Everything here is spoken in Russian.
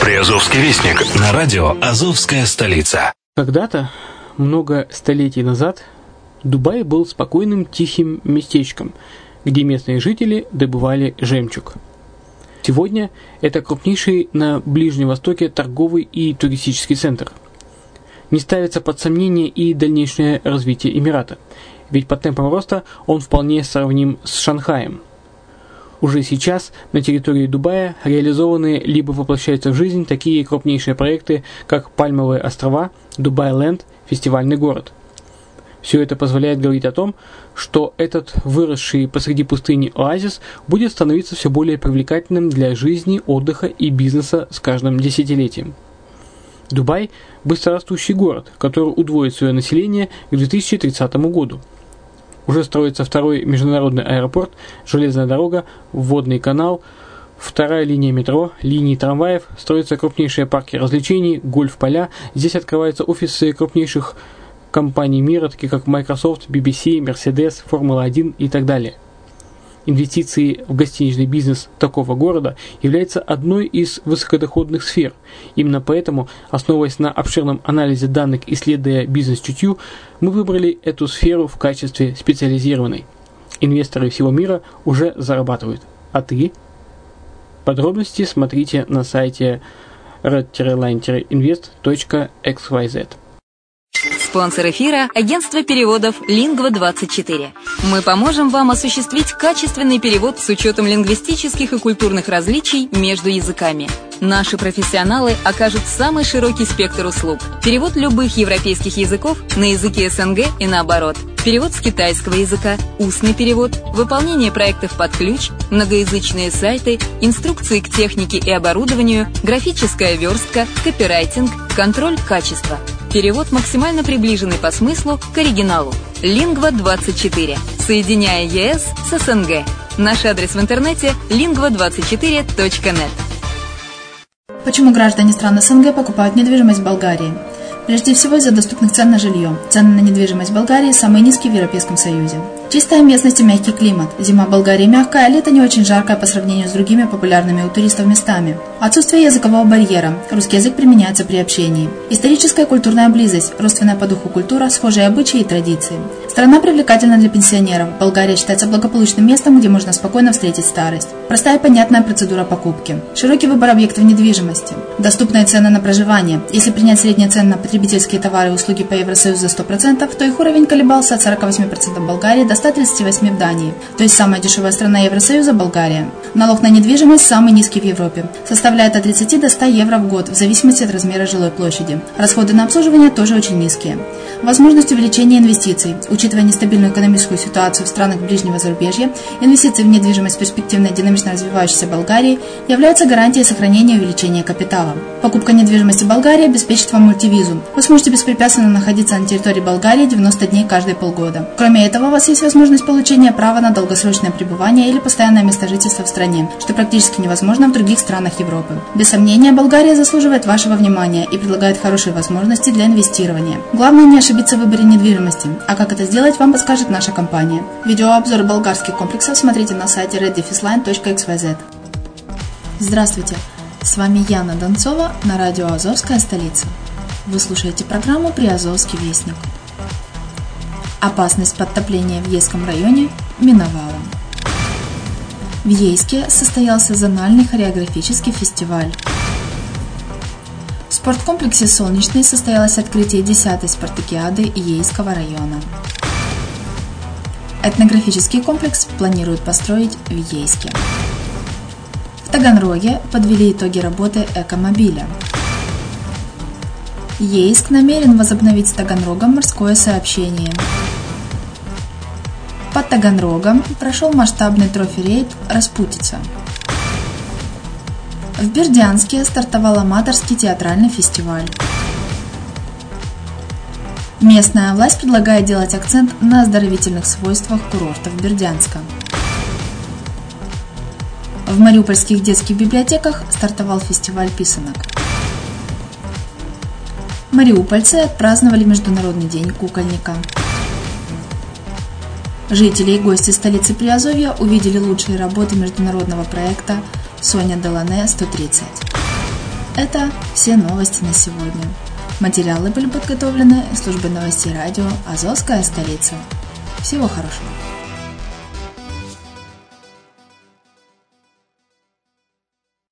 Приазовский вестник на радио «Азовская столица». Когда-то, много столетий назад, Дубай был спокойным тихим местечком, где местные жители добывали жемчуг. Сегодня это крупнейший на Ближнем Востоке торговый и туристический центр. Не ставится под сомнение и дальнейшее развитие Эмирата, ведь по темпам роста он вполне сравним с Шанхаем. Уже сейчас на территории Дубая реализованы либо воплощаются в жизнь такие крупнейшие проекты, как Пальмовые острова, Дубай-Ленд, фестивальный город. Все это позволяет говорить о том, что этот выросший посреди пустыни оазис будет становиться все более привлекательным для жизни, отдыха и бизнеса с каждым десятилетием. Дубай – быстрорастущий город, который удвоит свое население к 2030 году. Уже строится второй международный аэропорт, железная дорога, водный канал, вторая линия метро, линии трамваев, строятся крупнейшие парки развлечений, гольф-поля. Здесь открываются офисы крупнейших компаний мира, таких как Microsoft, BBC, Mercedes, Формула-1 и так далее. Инвестиции в гостиничный бизнес такого города являются одной из высокодоходных сфер. Именно поэтому, основываясь на обширном анализе данных, исследуя бизнес-чутью, мы выбрали эту сферу в качестве специализированной. Инвесторы всего мира уже зарабатывают. А ты? Подробности смотрите на сайте red-line-invest.xyz. Спонсор эфира – агентство переводов Lingva24. Мы поможем вам осуществить качественный перевод с учетом лингвистических и культурных различий между языками. Наши профессионалы окажут самый широкий спектр услуг. Перевод любых европейских языков на языки СНГ и наоборот. Перевод с китайского языка, устный перевод, выполнение проектов под ключ, многоязычные сайты, инструкции к технике и оборудованию, графическая верстка, копирайтинг, контроль качества. Перевод максимально приближенный по смыслу к оригиналу. Lingva24. Соединяя ЕС с СНГ. Наш адрес в интернете lingva24.net. Почему граждане стран СНГ покупают недвижимость в Болгарии? Прежде всего из-за доступных цен на жилье. Цены на недвижимость в Болгарии самые низкие в Европейском Союзе. Чистая местность и мягкий климат. Зима в Болгарии мягкая, а лето не очень жаркое по сравнению с другими популярными у туристов местами. Отсутствие языкового барьера. Русский язык применяется при общении. Историческая и культурная близость. Родственная по духу культура, схожие обычаи и традиции. Страна привлекательна для пенсионеров. Болгария считается благополучным местом, где можно спокойно встретить старость. Простая и понятная процедура покупки. Широкий выбор объектов недвижимости. Доступные цены на проживание. Если принять средние цены на потребительские товары и услуги по Евросоюзу за 100%, то их уровень колебался от 48% в Болгарии до 138% в Дании. То есть самая дешевая страна Евросоюза – Болгария. Налог на недвижимость самый низкий в Европе. Составляет от 30 до 100 евро в год, в зависимости от размера жилой площади. Расходы на обслуживание тоже очень низкие. Возможность увеличения инвестиций. Учитывая нестабильную экономическую ситуацию в странах ближнего зарубежья, инвестиции в недвижимость в перспективной динамично развивающейся Болгарии являются гарантией сохранения и увеличения капитала. Покупка недвижимости в Болгарии обеспечит вам мультивизу. Вы сможете беспрепятственно находиться на территории Болгарии 90 дней каждые полгода. Кроме этого, у вас есть возможность получения права на долгосрочное пребывание или постоянное место жительства в стране, что практически невозможно в других странах Европы. Без сомнения, Болгария заслуживает вашего внимания и предлагает хорошие возможности для инвестирования. Главное не ошибиться в выборе недвижимости, а как это сделать, вам подскажет наша компания. Видеообзор болгарских комплексов смотрите на сайте red-line.xyz. Здравствуйте, с вами Яна Донцова на радио «Азовская столица». Вы слушаете программу «Приазовский вестник». Опасность подтопления в Ейском районе миновала. В Ейске состоялся зональный хореографический фестиваль. В спорткомплексе «Солнечный» состоялось открытие 10-й спартакиады Ейского района. Этнографический комплекс планируют построить в Ейске. В Таганроге подвели итоги работы экомобиля. Ейск намерен возобновить с Таганрогом морское сообщение. Под Таганрогом прошел масштабный трофи-рейд «Распутица». В Бердянске стартовал аматорский театральный фестиваль. Местная власть предлагает делать акцент на оздоровительных свойствах курортов Бердянска. В мариупольских детских библиотеках стартовал фестиваль писанок. Мариупольцы отпраздновали Международный день кукольника. Жители и гости столицы Приазовья увидели лучшие работы международного проекта «Соня Делане 130». Это все новости на сегодня. Материалы были подготовлены службой новостей радио «Азовская столица». Всего хорошего!